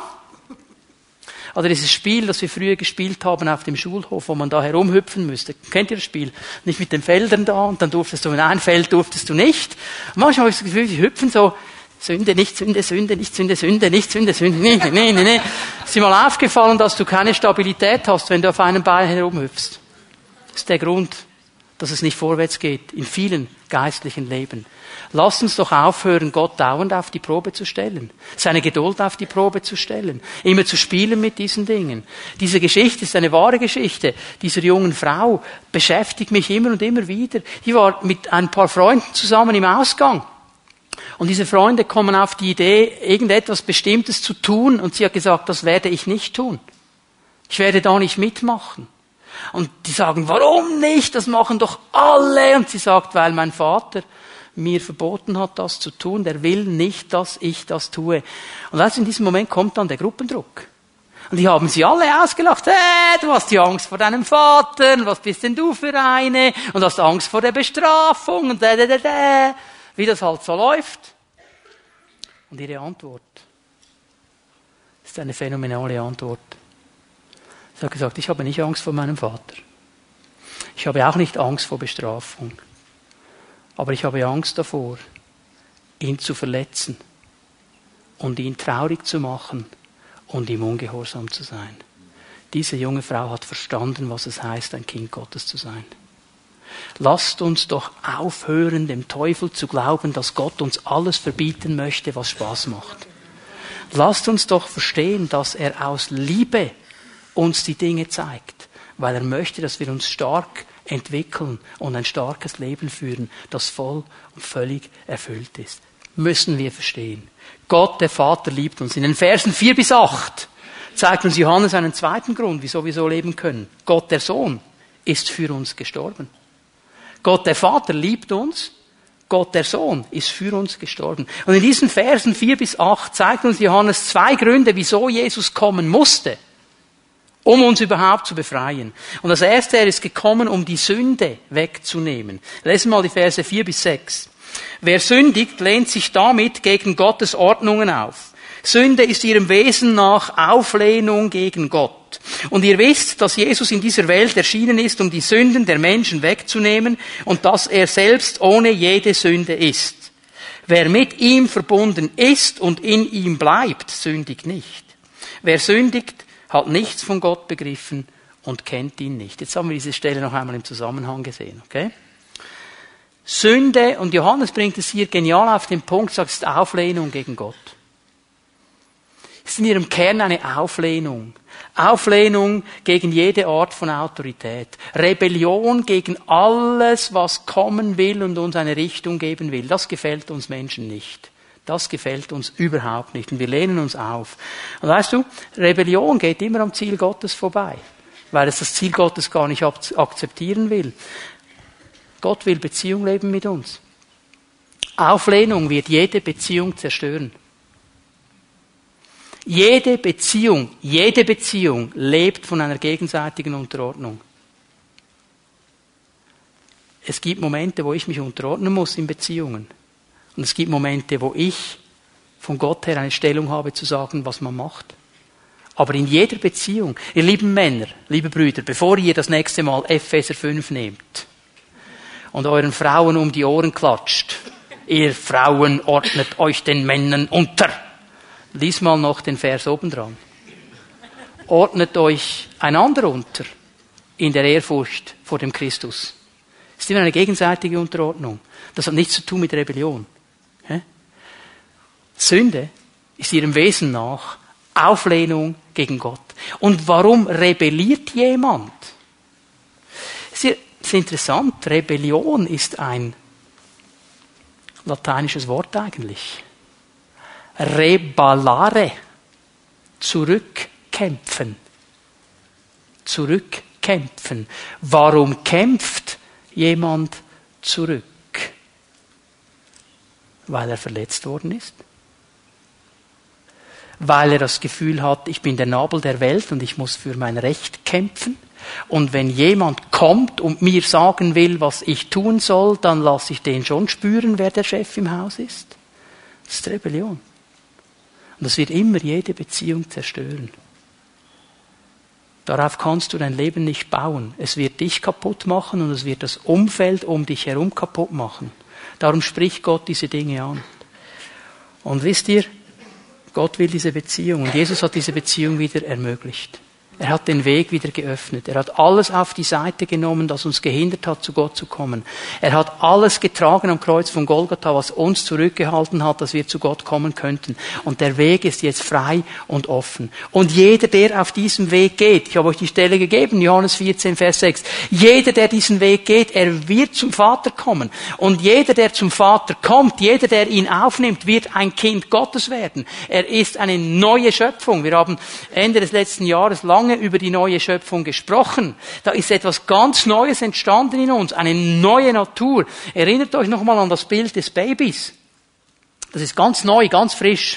Oder dieses Spiel, das wir früher gespielt haben auf dem Schulhof, wo man da herumhüpfen müsste. Kennt ihr das Spiel? Nicht mit den Feldern da, und dann durftest du in ein Feld, durftest du nicht. Und manchmal habe ich das Gefühl, sie hüpfen so, Sünde, nicht Sünde, Sünde, nicht Sünde, Sünde, nicht Sünde, Sünde, nee, nee, nee, nee. Ist dir mal aufgefallen, dass du keine Stabilität hast, wenn du auf einem Bein herumhüpfst? Das ist der Grund, dass es nicht vorwärts geht in vielen geistlichen Leben. Lasst uns doch aufhören, Gott dauernd auf die Probe zu stellen, seine Geduld auf die Probe zu stellen, immer zu spielen mit diesen Dingen. Diese Geschichte ist eine wahre Geschichte dieser jungen Frau, beschäftigt mich immer und immer wieder. Die war mit ein paar Freunden zusammen im Ausgang. Und diese Freunde kommen auf die Idee, irgendetwas Bestimmtes zu tun, und sie hat gesagt, das werde ich nicht tun. Ich werde da nicht mitmachen. Und die sagen, warum nicht? Das machen doch alle. Und sie sagt, weil mein Vater mir verboten hat, das zu tun. Der will nicht, dass ich das tue. Und also in diesem Moment kommt dann der Gruppendruck. Und die haben sie alle ausgelacht. Hey, du hast die Angst vor deinem Vater. Und was bist denn du für eine? Und du hast Angst vor der Bestrafung. Und da, da, da, da. Wie das halt so läuft. Und ihre Antwort ist eine phänomenale Antwort. Sie hat gesagt, ich habe nicht Angst vor meinem Vater. Ich habe auch nicht Angst vor Bestrafung. Aber ich habe Angst davor, ihn zu verletzen und ihn traurig zu machen und ihm ungehorsam zu sein. Diese junge Frau hat verstanden, was es heißt, ein Kind Gottes zu sein. Lasst uns doch aufhören, dem Teufel zu glauben, dass Gott uns alles verbieten möchte, was Spaß macht. Lasst uns doch verstehen, dass er aus Liebe uns die Dinge zeigt, weil er möchte, dass wir uns stark entwickeln und ein starkes Leben führen, das voll und völlig erfüllt ist. Müssen wir verstehen. Gott, der Vater, liebt uns. In den Versen vier bis acht zeigt uns Johannes einen zweiten Grund, wieso wir so leben können. Gott, der Sohn, ist für uns gestorben. Gott, der Vater, liebt uns. Gott, der Sohn, ist für uns gestorben. Und in diesen Versen vier bis acht zeigt uns Johannes zwei Gründe, wieso Jesus kommen musste, um uns überhaupt zu befreien. Und das erste, er ist gekommen, um die Sünde wegzunehmen. Lesen wir mal die Verse vier bis sechs. Wer sündigt, lehnt sich damit gegen Gottes Ordnungen auf. Sünde ist ihrem Wesen nach Auflehnung gegen Gott. Und ihr wisst, dass Jesus in dieser Welt erschienen ist, um die Sünden der Menschen wegzunehmen und dass er selbst ohne jede Sünde ist. Wer mit ihm verbunden ist und in ihm bleibt, sündigt nicht. Wer sündigt, hat nichts von Gott begriffen und kennt ihn nicht. Jetzt haben wir diese Stelle noch einmal im Zusammenhang gesehen, okay? Sünde, und Johannes bringt es hier genial auf den Punkt, sagt, es ist Auflehnung gegen Gott. Es ist in ihrem Kern eine Auflehnung. Auflehnung gegen jede Art von Autorität. Rebellion gegen alles, was kommen will und uns eine Richtung geben will. Das gefällt uns Menschen nicht. Das gefällt uns überhaupt nicht. Und wir lehnen uns auf. Und weißt du, Rebellion geht immer am Ziel Gottes vorbei. Weil es das Ziel Gottes gar nicht akzeptieren will. Gott will Beziehung leben mit uns. Auflehnung wird jede Beziehung zerstören. Jede Beziehung, jede Beziehung lebt von einer gegenseitigen Unterordnung. Es gibt Momente, wo ich mich unterordnen muss in Beziehungen. Und es gibt Momente, wo ich von Gott her eine Stellung habe, zu sagen, was man macht. Aber in jeder Beziehung, ihr lieben Männer, liebe Brüder, bevor ihr das nächste Mal Epheser fünf nehmt und euren Frauen um die Ohren klatscht, ihr Frauen ordnet euch den Männern unter. Lies mal noch den Vers oben dran. Ordnet euch einander unter in der Ehrfurcht vor dem Christus. Es ist immer eine gegenseitige Unterordnung. Das hat nichts zu tun mit Rebellion. Sünde ist ihrem Wesen nach Auflehnung gegen Gott. Und warum rebelliert jemand? Es ist interessant. Rebellion ist ein lateinisches Wort eigentlich. Rebellare, zurückkämpfen. Zurückkämpfen. Warum kämpft jemand zurück? Weil er verletzt worden ist? Weil er das Gefühl hat, ich bin der Nabel der Welt und ich muss für mein Recht kämpfen? Und wenn jemand kommt und mir sagen will, was ich tun soll, dann lasse ich den schon spüren, wer der Chef im Haus ist. Das ist Rebellion. Und das wird immer jede Beziehung zerstören. Darauf kannst du dein Leben nicht bauen. Es wird dich kaputt machen und es wird das Umfeld um dich herum kaputt machen. Darum spricht Gott diese Dinge an. Und wisst ihr, Gott will diese Beziehung und Jesus hat diese Beziehung wieder ermöglicht. Er hat den Weg wieder geöffnet. Er hat alles auf die Seite genommen, das uns gehindert hat, zu Gott zu kommen. Er hat alles getragen am Kreuz von Golgatha, was uns zurückgehalten hat, dass wir zu Gott kommen könnten. Und der Weg ist jetzt frei und offen. Und jeder, der auf diesem Weg geht, ich habe euch die Stelle gegeben, Johannes vierzehn, Vers sechs, jeder, der diesen Weg geht, er wird zum Vater kommen. Und jeder, der zum Vater kommt, jeder, der ihn aufnimmt, wird ein Kind Gottes werden. Er ist eine neue Schöpfung. Wir haben Ende des letzten Jahres lange über die neue Schöpfung gesprochen. Da ist etwas ganz Neues entstanden in uns, eine neue Natur. Erinnert euch nochmal an das Bild des Babys. Das ist ganz neu, ganz frisch,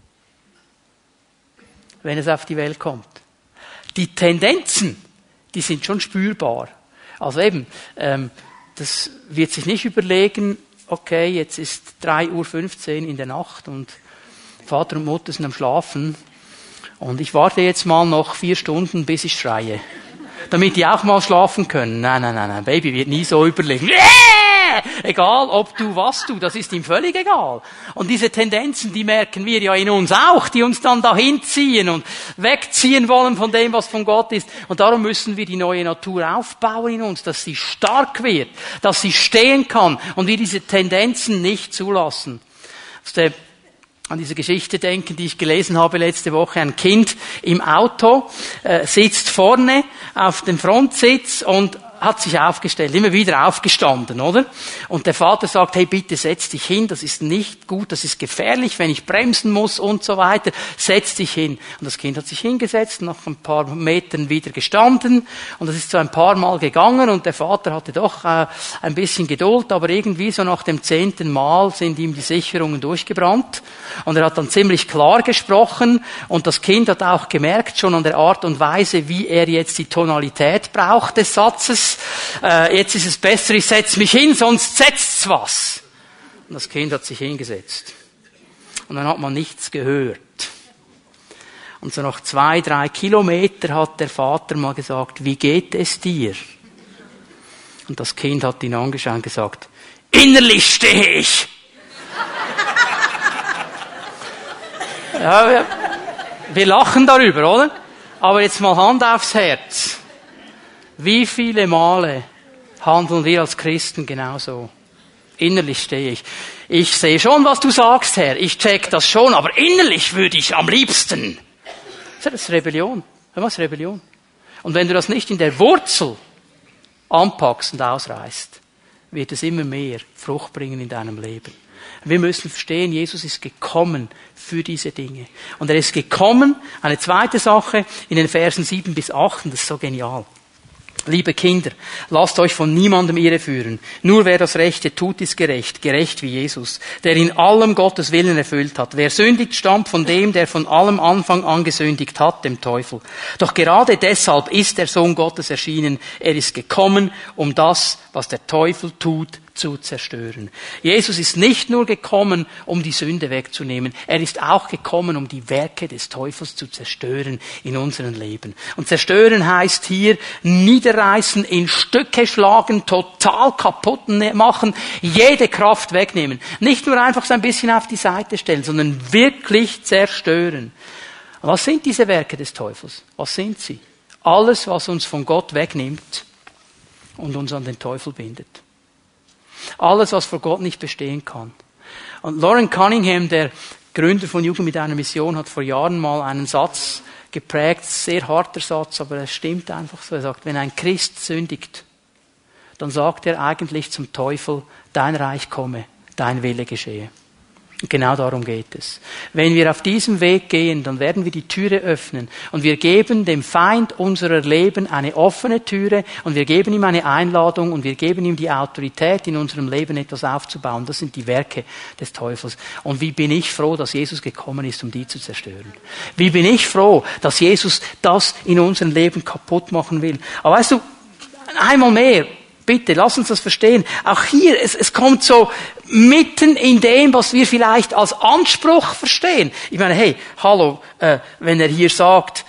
wenn es auf die Welt kommt. Die Tendenzen, die sind schon spürbar. Also eben, ähm, das wird sich nicht überlegen, okay, jetzt ist drei Uhr fünfzehn in der Nacht und Vater und Mutter sind am Schlafen. Und ich warte jetzt mal noch vier Stunden, bis ich schreie. Damit die auch mal schlafen können. Nein, nein, nein, nein. Baby wird nie so überlegen. Egal, ob du, was du, das ist ihm völlig egal. Und diese Tendenzen, die merken wir ja in uns auch, die uns dann dahin ziehen und wegziehen wollen von dem, was von Gott ist. Und darum müssen wir die neue Natur aufbauen in uns, dass sie stark wird, dass sie stehen kann und wir diese Tendenzen nicht zulassen. Das ist der an diese Geschichte denken, die ich gelesen habe letzte Woche. Ein Kind im Auto äh, sitzt vorne auf dem Frontsitz und hat sich aufgestellt, immer wieder aufgestanden, oder? Und der Vater sagt, hey, bitte setz dich hin, das ist nicht gut, das ist gefährlich, wenn ich bremsen muss und so weiter. Setz dich hin. Und das Kind hat sich hingesetzt, nach ein paar Metern wieder gestanden und das ist so ein paar Mal gegangen und der Vater hatte doch äh, ein bisschen Geduld, aber irgendwie so nach dem zehnten Mal sind ihm die Sicherungen durchgebrannt und er hat dann ziemlich klar gesprochen und das Kind hat auch gemerkt, schon an der Art und Weise, wie er jetzt die Tonalität braucht des Satzes, Äh, jetzt ist es besser, ich setze mich hin, sonst setzt's was. Und das Kind hat sich hingesetzt. Und dann hat man nichts gehört. Und so nach zwei, drei Kilometer hat der Vater mal gesagt, wie geht es dir? Und das Kind hat ihn angeschaut und gesagt, innerlich stehe ich. Ja, wir, wir lachen darüber, oder? Aber jetzt mal Hand aufs Herz. Wie viele Male handeln wir als Christen genauso? Innerlich stehe ich. Ich sehe schon, was du sagst, Herr. Ich check das schon, aber innerlich würde ich am liebsten. Das ist Rebellion. Was ist Rebellion? Und wenn du das nicht in der Wurzel anpackst und ausreißt, wird es immer mehr Frucht bringen in deinem Leben. Wir müssen verstehen, Jesus ist gekommen für diese Dinge. Und er ist gekommen, eine zweite Sache, in den Versen sieben bis acht, und das ist so genial. Liebe Kinder, lasst euch von niemandem irreführen. Nur wer das Rechte tut, ist gerecht, gerecht wie Jesus, der in allem Gottes Willen erfüllt hat. Wer sündigt, stammt von dem, der von allem Anfang an gesündigt hat, dem Teufel. Doch gerade deshalb ist der Sohn Gottes erschienen. Er ist gekommen, um das, was der Teufel tut, zu zerstören. Jesus ist nicht nur gekommen, um die Sünde wegzunehmen. Er ist auch gekommen, um die Werke des Teufels zu zerstören in unserem Leben. Und zerstören heißt hier niederreißen, in Stücke schlagen, total kaputt machen, jede Kraft wegnehmen. Nicht nur einfach so ein bisschen auf die Seite stellen, sondern wirklich zerstören. Was sind diese Werke des Teufels? Was sind sie? Alles, was uns von Gott wegnimmt und uns an den Teufel bindet. Alles, was vor Gott nicht bestehen kann. Und Lauren Cunningham, der Gründer von Jugend mit einer Mission, hat vor Jahren mal einen Satz geprägt, sehr harter Satz, aber er stimmt einfach so. Er sagt, wenn ein Christ sündigt, dann sagt er eigentlich zum Teufel, dein Reich komme, dein Wille geschehe. Und genau darum geht es. Wenn wir auf diesem Weg gehen, dann werden wir die Türe öffnen und wir geben dem Feind unserer Leben eine offene Türe und wir geben ihm eine Einladung und wir geben ihm die Autorität, in unserem Leben etwas aufzubauen. Das sind die Werke des Teufels. Und wie bin ich froh, dass Jesus gekommen ist, um die zu zerstören. Wie bin ich froh, dass Jesus das in unserem Leben kaputt machen will. Aber weißt du, einmal mehr, bitte, lass uns das verstehen. Auch hier, es, es kommt so mitten in dem, was wir vielleicht als Anspruch verstehen. Ich meine, hey, hallo, äh, wenn er hier sagt,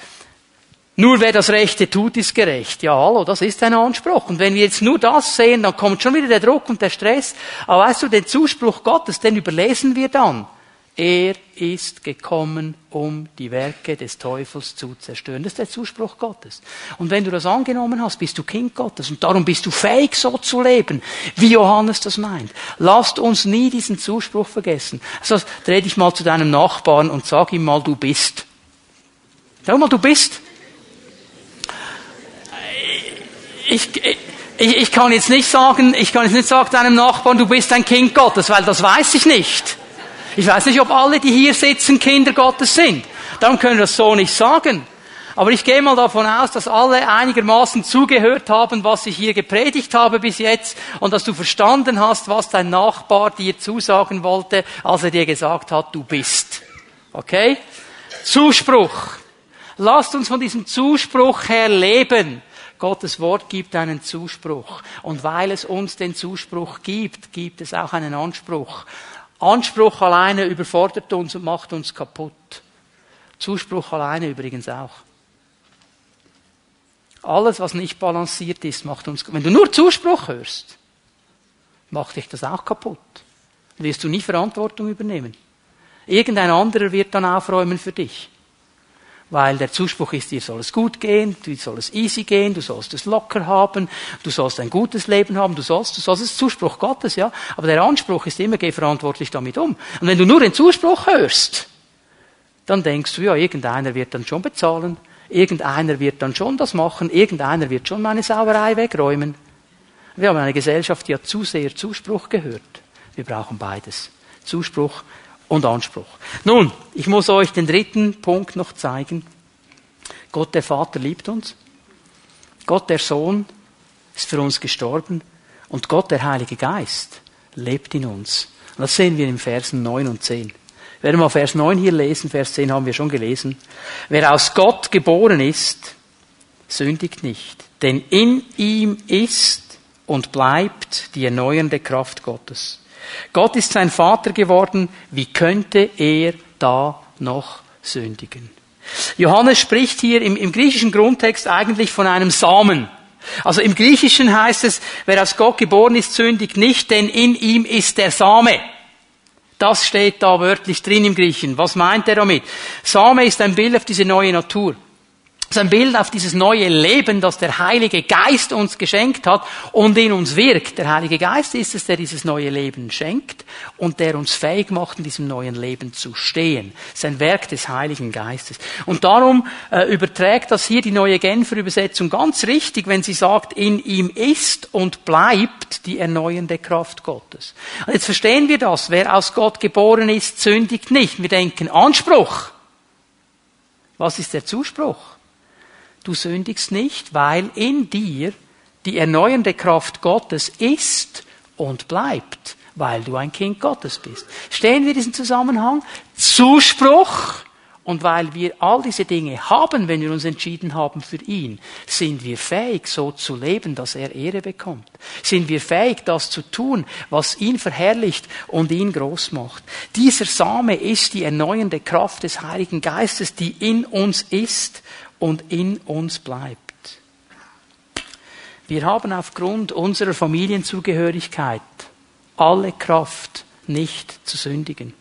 nur wer das Rechte tut, ist gerecht. Ja, hallo, das ist ein Anspruch. Und wenn wir jetzt nur das sehen, dann kommt schon wieder der Druck und der Stress. Aber weißt du, den Zuspruch Gottes, den überlesen wir dann Er ist gekommen, um die Werke des Teufels zu zerstören. Das ist der Zuspruch Gottes. Und wenn du das angenommen hast, bist du Kind Gottes. Und darum bist du fähig, so zu leben, wie Johannes das meint. Lasst uns nie diesen Zuspruch vergessen. Also dreh dich mal zu deinem Nachbarn und sag ihm mal, du bist. Sag mal, du bist. Ich, ich, ich kann jetzt nicht sagen, ich kann jetzt nicht sagen deinem Nachbarn, du bist ein Kind Gottes, weil das weiß ich nicht. Ich weiß nicht, ob alle, die hier sitzen, Kinder Gottes sind. Darum können wir das so nicht sagen. Aber ich gehe mal davon aus, dass alle einigermaßen zugehört haben, was ich hier gepredigt habe bis jetzt und dass du verstanden hast, was dein Nachbar dir zusagen wollte, als er dir gesagt hat, du bist. Okay? Zuspruch. Lasst uns von diesem Zuspruch her leben. Gottes Wort gibt einen Zuspruch. Und weil es uns den Zuspruch gibt, gibt es auch einen Anspruch. Anspruch alleine überfordert uns und macht uns kaputt. Zuspruch alleine übrigens auch. Alles, was nicht balanciert ist, macht uns, wenn du nur Zuspruch hörst, macht dich das auch kaputt. Dann wirst du nie Verantwortung übernehmen. Irgendein anderer wird dann aufräumen für dich. Weil der Zuspruch ist, dir soll es gut gehen, dir soll es easy gehen, du sollst es locker haben, du sollst ein gutes Leben haben, du sollst, du sollst, es ist Zuspruch Gottes, ja. Aber der Anspruch ist immer, geh verantwortlich damit um. Und wenn du nur den Zuspruch hörst, dann denkst du, ja, irgendeiner wird dann schon bezahlen, irgendeiner wird dann schon das machen, irgendeiner wird schon meine Sauerei wegräumen. Wir haben eine Gesellschaft, die hat zu sehr Zuspruch gehört. Wir brauchen beides. Zuspruch und Anspruch. Nun, ich muss euch den dritten Punkt noch zeigen. Gott der Vater liebt uns. Gott der Sohn ist für uns gestorben. Und Gott der Heilige Geist lebt in uns. Und das sehen wir in Versen neun und zehn. Wir werden mal Vers neun hier lesen, Vers zehn haben wir schon gelesen. Wer aus Gott geboren ist, sündigt nicht. Denn in ihm ist und bleibt die erneuernde Kraft Gottes. Gott ist sein Vater geworden, wie könnte er da noch sündigen? Johannes spricht hier im, im griechischen Grundtext eigentlich von einem Samen. Also im Griechischen heißt es, wer aus Gott geboren ist, sündigt nicht, denn in ihm ist der Same. Das steht da wörtlich drin im Griechen. Was meint er damit? Same ist ein Bild auf diese neue Natur. Es ist ein Bild auf dieses neue Leben, das der Heilige Geist uns geschenkt hat und in uns wirkt. Der Heilige Geist ist es, der dieses neue Leben schenkt und der uns fähig macht, in diesem neuen Leben zu stehen. Es ist ein Werk des Heiligen Geistes. Und darum äh, überträgt das hier die neue Genfer Übersetzung ganz richtig, wenn sie sagt, in ihm ist und bleibt die erneuernde Kraft Gottes. Und jetzt verstehen wir das. Wer aus Gott geboren ist, sündigt nicht. Wir denken, Anspruch. Was ist der Zuspruch? Du sündigst nicht, weil in dir die erneuernde Kraft Gottes ist und bleibt, weil du ein Kind Gottes bist. Stehen wir diesen Zusammenhang? Zuspruch. Und weil wir all diese Dinge haben, wenn wir uns entschieden haben für ihn, sind wir fähig, so zu leben, dass er Ehre bekommt. Sind wir fähig, das zu tun, was ihn verherrlicht und ihn groß macht. Dieser Same ist die erneuernde Kraft des Heiligen Geistes, die in uns ist und in uns bleibt. Wir haben aufgrund unserer Familienzugehörigkeit alle Kraft, nicht zu sündigen.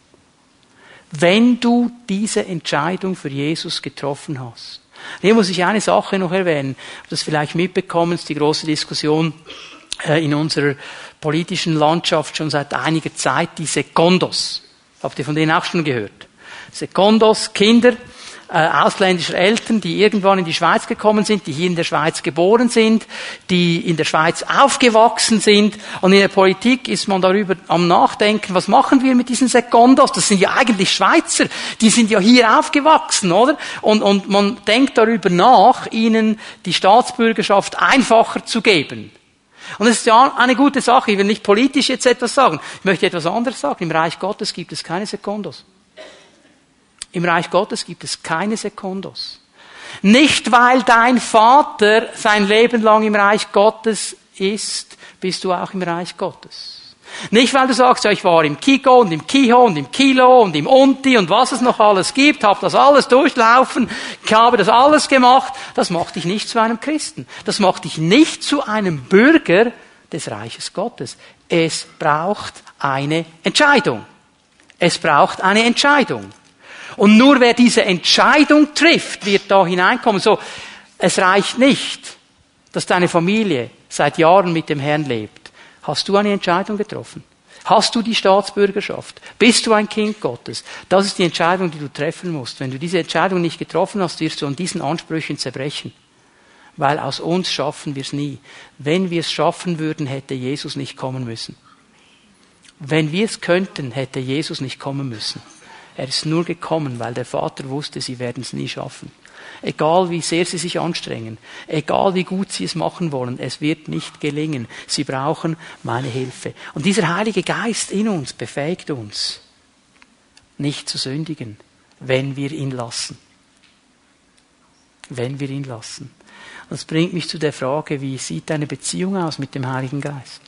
Wenn du diese Entscheidung für Jesus getroffen hast. Hier muss ich eine Sache noch erwähnen. Das vielleicht mitbekommen, ist die große Diskussion in unserer politischen Landschaft schon seit einiger Zeit, die Secondos. Habt ihr von denen auch schon gehört? Secondos, Kinder, Äh, ausländischer Eltern, die irgendwann in die Schweiz gekommen sind, die hier in der Schweiz geboren sind, die in der Schweiz aufgewachsen sind. Und in der Politik ist man darüber am Nachdenken, was machen wir mit diesen Secondos? Das sind ja eigentlich Schweizer, die sind ja hier aufgewachsen, oder? Und, und man denkt darüber nach, ihnen die Staatsbürgerschaft einfacher zu geben. Und es ist ja eine gute Sache. Ich will nicht politisch jetzt etwas sagen. Ich möchte etwas anderes sagen. Im Reich Gottes gibt es keine Secondos. Im Reich Gottes gibt es keine Sekundos. Nicht, weil dein Vater sein Leben lang im Reich Gottes ist, bist du auch im Reich Gottes. Nicht, weil du sagst, ja, ich war im Kiko und im Kiho und im Kilo und im Unti und was es noch alles gibt, habe das alles durchlaufen, ich habe das alles gemacht. Das macht dich nicht zu einem Christen. Das macht dich nicht zu einem Bürger des Reiches Gottes. Es braucht eine Entscheidung. Es braucht eine Entscheidung. Und nur wer diese Entscheidung trifft, wird da hineinkommen. So, es reicht nicht, dass deine Familie seit Jahren mit dem Herrn lebt. Hast du eine Entscheidung getroffen? Hast du die Staatsbürgerschaft? Bist du ein Kind Gottes? Das ist die Entscheidung, die du treffen musst. Wenn du diese Entscheidung nicht getroffen hast, wirst du an diesen Ansprüchen zerbrechen. Weil aus uns schaffen wir es nie. Wenn wir es schaffen würden, hätte Jesus nicht kommen müssen. Wenn wir es könnten, hätte Jesus nicht kommen müssen. Er ist nur gekommen, weil der Vater wusste, sie werden es nie schaffen. Egal wie sehr sie sich anstrengen, egal wie gut sie es machen wollen, es wird nicht gelingen. Sie brauchen meine Hilfe. Und dieser Heilige Geist in uns befähigt uns, nicht zu sündigen, wenn wir ihn lassen. Wenn wir ihn lassen. Das bringt mich zu der Frage, wie sieht deine Beziehung aus mit dem Heiligen Geist?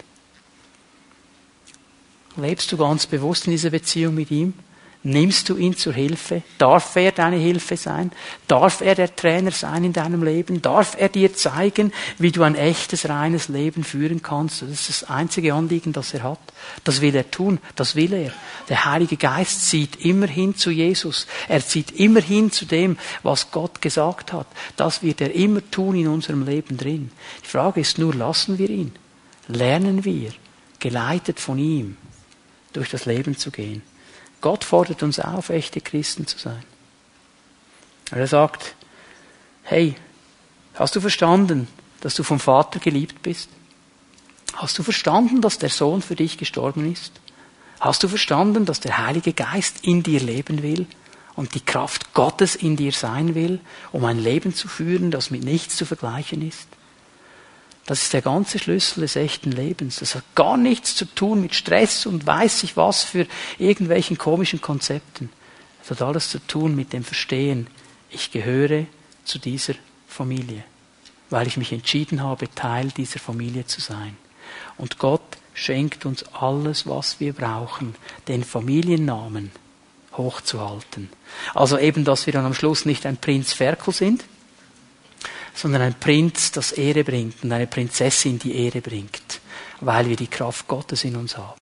Lebst du ganz bewusst in dieser Beziehung mit ihm? Nimmst du ihn zur Hilfe? Darf er deine Hilfe sein? Darf er der Trainer sein in deinem Leben? Darf er dir zeigen, wie du ein echtes, reines Leben führen kannst? Das ist das einzige Anliegen, das er hat. Das will er tun. Das will er. Der Heilige Geist zieht immer hin zu Jesus. Er zieht immer hin zu dem, was Gott gesagt hat. Das wird er immer tun in unserem Leben drin. Die Frage ist nur, lassen wir ihn? Lernen wir, geleitet von ihm, durch das Leben zu gehen? Gott fordert uns auf, echte Christen zu sein. Er sagt, hey, hast du verstanden, dass du vom Vater geliebt bist? Hast du verstanden, dass der Sohn für dich gestorben ist? Hast du verstanden, dass der Heilige Geist in dir leben will und die Kraft Gottes in dir sein will, um ein Leben zu führen, das mit nichts zu vergleichen ist? Das ist der ganze Schlüssel des echten Lebens. Das hat gar nichts zu tun mit Stress und weiß ich was für irgendwelchen komischen Konzepten. Es hat alles zu tun mit dem Verstehen, ich gehöre zu dieser Familie, weil ich mich entschieden habe, Teil dieser Familie zu sein. Und Gott schenkt uns alles, was wir brauchen, den Familiennamen hochzuhalten. Also eben, dass wir dann am Schluss nicht ein Prinz Ferkel sind, sondern ein Prinz, das Ehre bringt und eine Prinzessin, die Ehre bringt, weil wir die Kraft Gottes in uns haben.